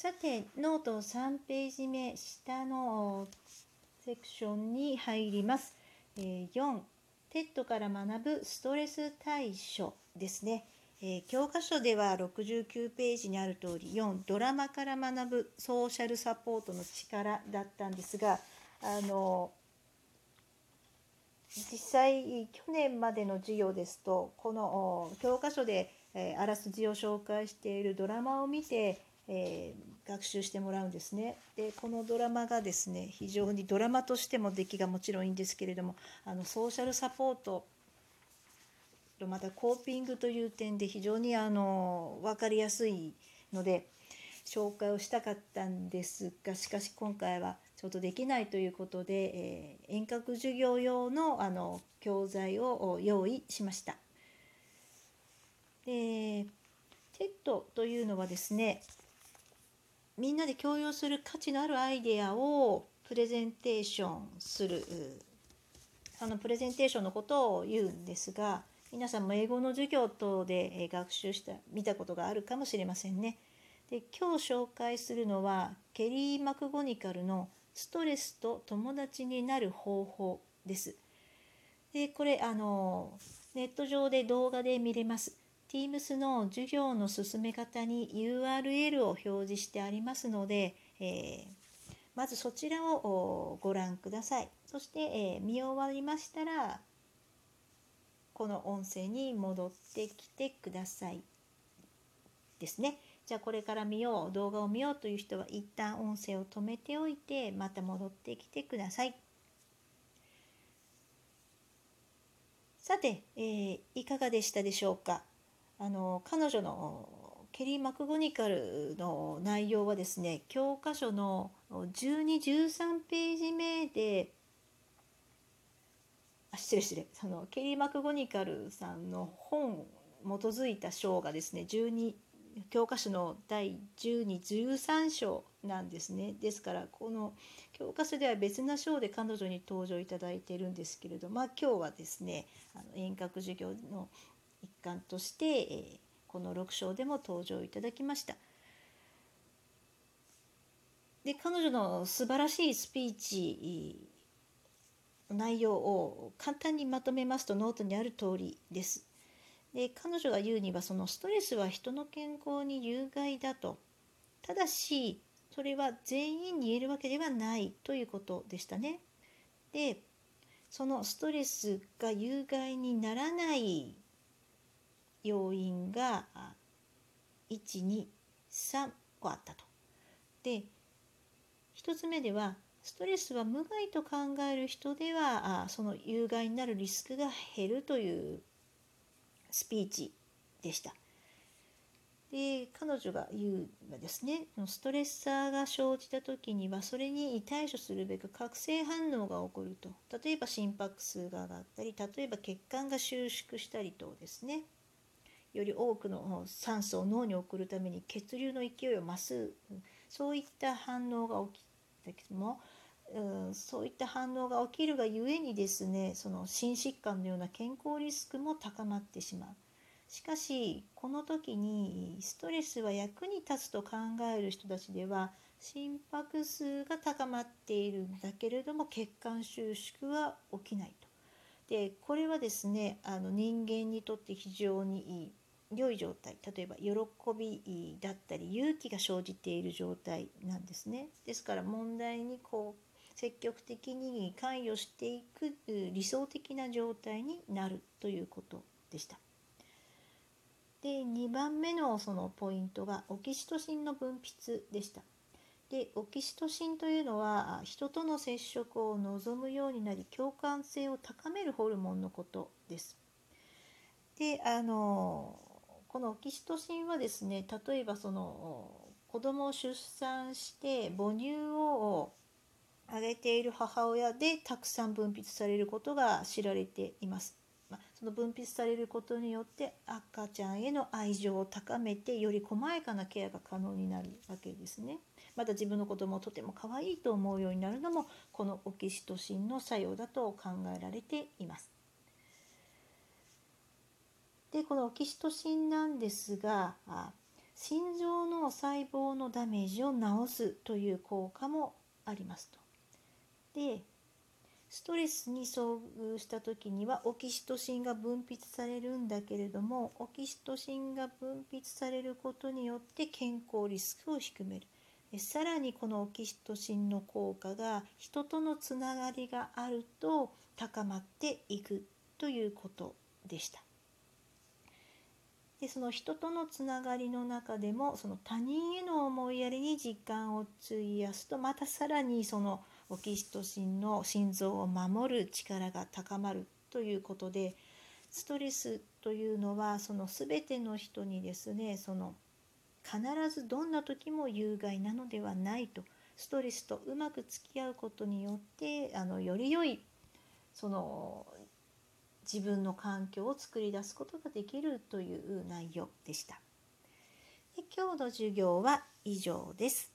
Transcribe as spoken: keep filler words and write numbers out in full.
さて、ノートさんページ目、下のセクションに入ります。えー、よん、テッドから学ぶストレス対処ですね。えー、教科書ではろくじゅうきゅうページにある通り、よん、ドラマから学ぶソーシャルサポートの力だったんですが、あの実際去年までの授業ですと、この教科書であらすじを紹介しているドラマを見て、えー、学習してもらうんですね。でこのドラマがですね、非常にドラマとしても出来がもちろんいいんですけれども、あのソーシャルサポートとまたコーピングという点で非常にあの分かりやすいので紹介をしたかったんですが、しかし今回はちょっとできないということで、えー、遠隔授業用のあの教材を用意しました。で、テッドというのはですね、みんなで共有する価値のあるアイデアをプレゼンテーションする、あのプレゼンテーションのことを言うんですが、皆さんも英語の授業等で学習した見たことがあるかもしれませんね。で今日紹介するのはケリー・マクゴニカルのストレスと友達になる方法です。でこれあのネット上で動画で見れます。 Teams の授業の進め方に ユーアールエル を表示してありますので、えー、まずそちらをご覧ください。そして、えー、見終わりましたらこの音声に戻ってきてくださいですね。じゃあこれから見よう、動画を見ようという人は一旦音声を止めておいてまた戻ってきてください。さて、えー、いかがでしたでしょうか。あの彼女のケリー・マクゴニカルの内容はですね、教科書のじゅうに、じゅうさんページ目であ失礼失礼そのケリー・マクゴニカルさんの本基づいた章がですね、じゅうに教科書の第じゅうに、じゅうさん章なんですね。ですからこの教科書では別な章で彼女に登場いただいているんですけれども、まあ、今日はですね、あの遠隔授業の一環として、えー、このろく章でも登場いただきました。で彼女の素晴らしいスピーチ内容を簡単にまとめますとノートにある通りです。で彼女が言うには、そのストレスは人の健康に有害だと。ただしそれは全員に言えるわけではないということでしたね。でそのストレスが有害にならない要因がいち、に、さんこあったと。でひとつめでは、ストレスは無害と考える人ではその有害になるリスクが減るというスピーチでした。で彼女が言うのはですね、ストレッサーが生じた時にはそれに対処するべく覚醒反応が起こると。例えば心拍数が上がったり、例えば血管が収縮したりとですね、より多くの酸素を脳に送るために血流の勢いを増す、そういった反応が起きたけども、うん、そういった反応が起きるがゆえにですね、その心疾患のような健康リスクも高まってしまう。しかしこの時にストレスは役に立つと考える人たちでは、心拍数が高まっているんだけれども血管収縮は起きないと。でこれはですね、あの人間にとって非常にいい良い状態、例えば喜びだったり勇気が生じている状態なんですね。ですから問題にこう積極的に関与していく理想的な状態になるということでした。でにばんめのそのポイントがオキシトシンの分泌でした。でオキシトシンというのは人との接触を望むようになり共感性を高めるホルモンのことです。であのこのオキシトシンはですね、例えばその子供を出産して母乳をあげている母親でたくさん分泌されることが知られています。まあ、その分泌されることによって赤ちゃんへの愛情を高めて、より細やかなケアが可能になるわけですね。また自分の子供をとても可愛いと思うようになるのもこのオキシトシンの作用だと考えられています。でこのオキシトシンなんですが、 心臓の細胞のダメージを治すという効果もありますと。でストレスに遭遇した時にはオキシトシンが分泌されるんだけれども、オキシトシンが分泌されることによって健康リスクを低める。でさらにこのオキシトシンの効果が人とのつながりがあると高まっていくということでした。でその人とのつながりの中でもその他人への思いやりに時間を費やすと、またさらにそのオキシトシンの心臓を守る力が高まるということで、ストレスというのはその全ての人にですね、その必ずどんな時も有害なのではないと。ストレスとうまく付き合うことによってあのより良いその自分の環境を作り出すことができるという内容でした。で今日の授業は以上です。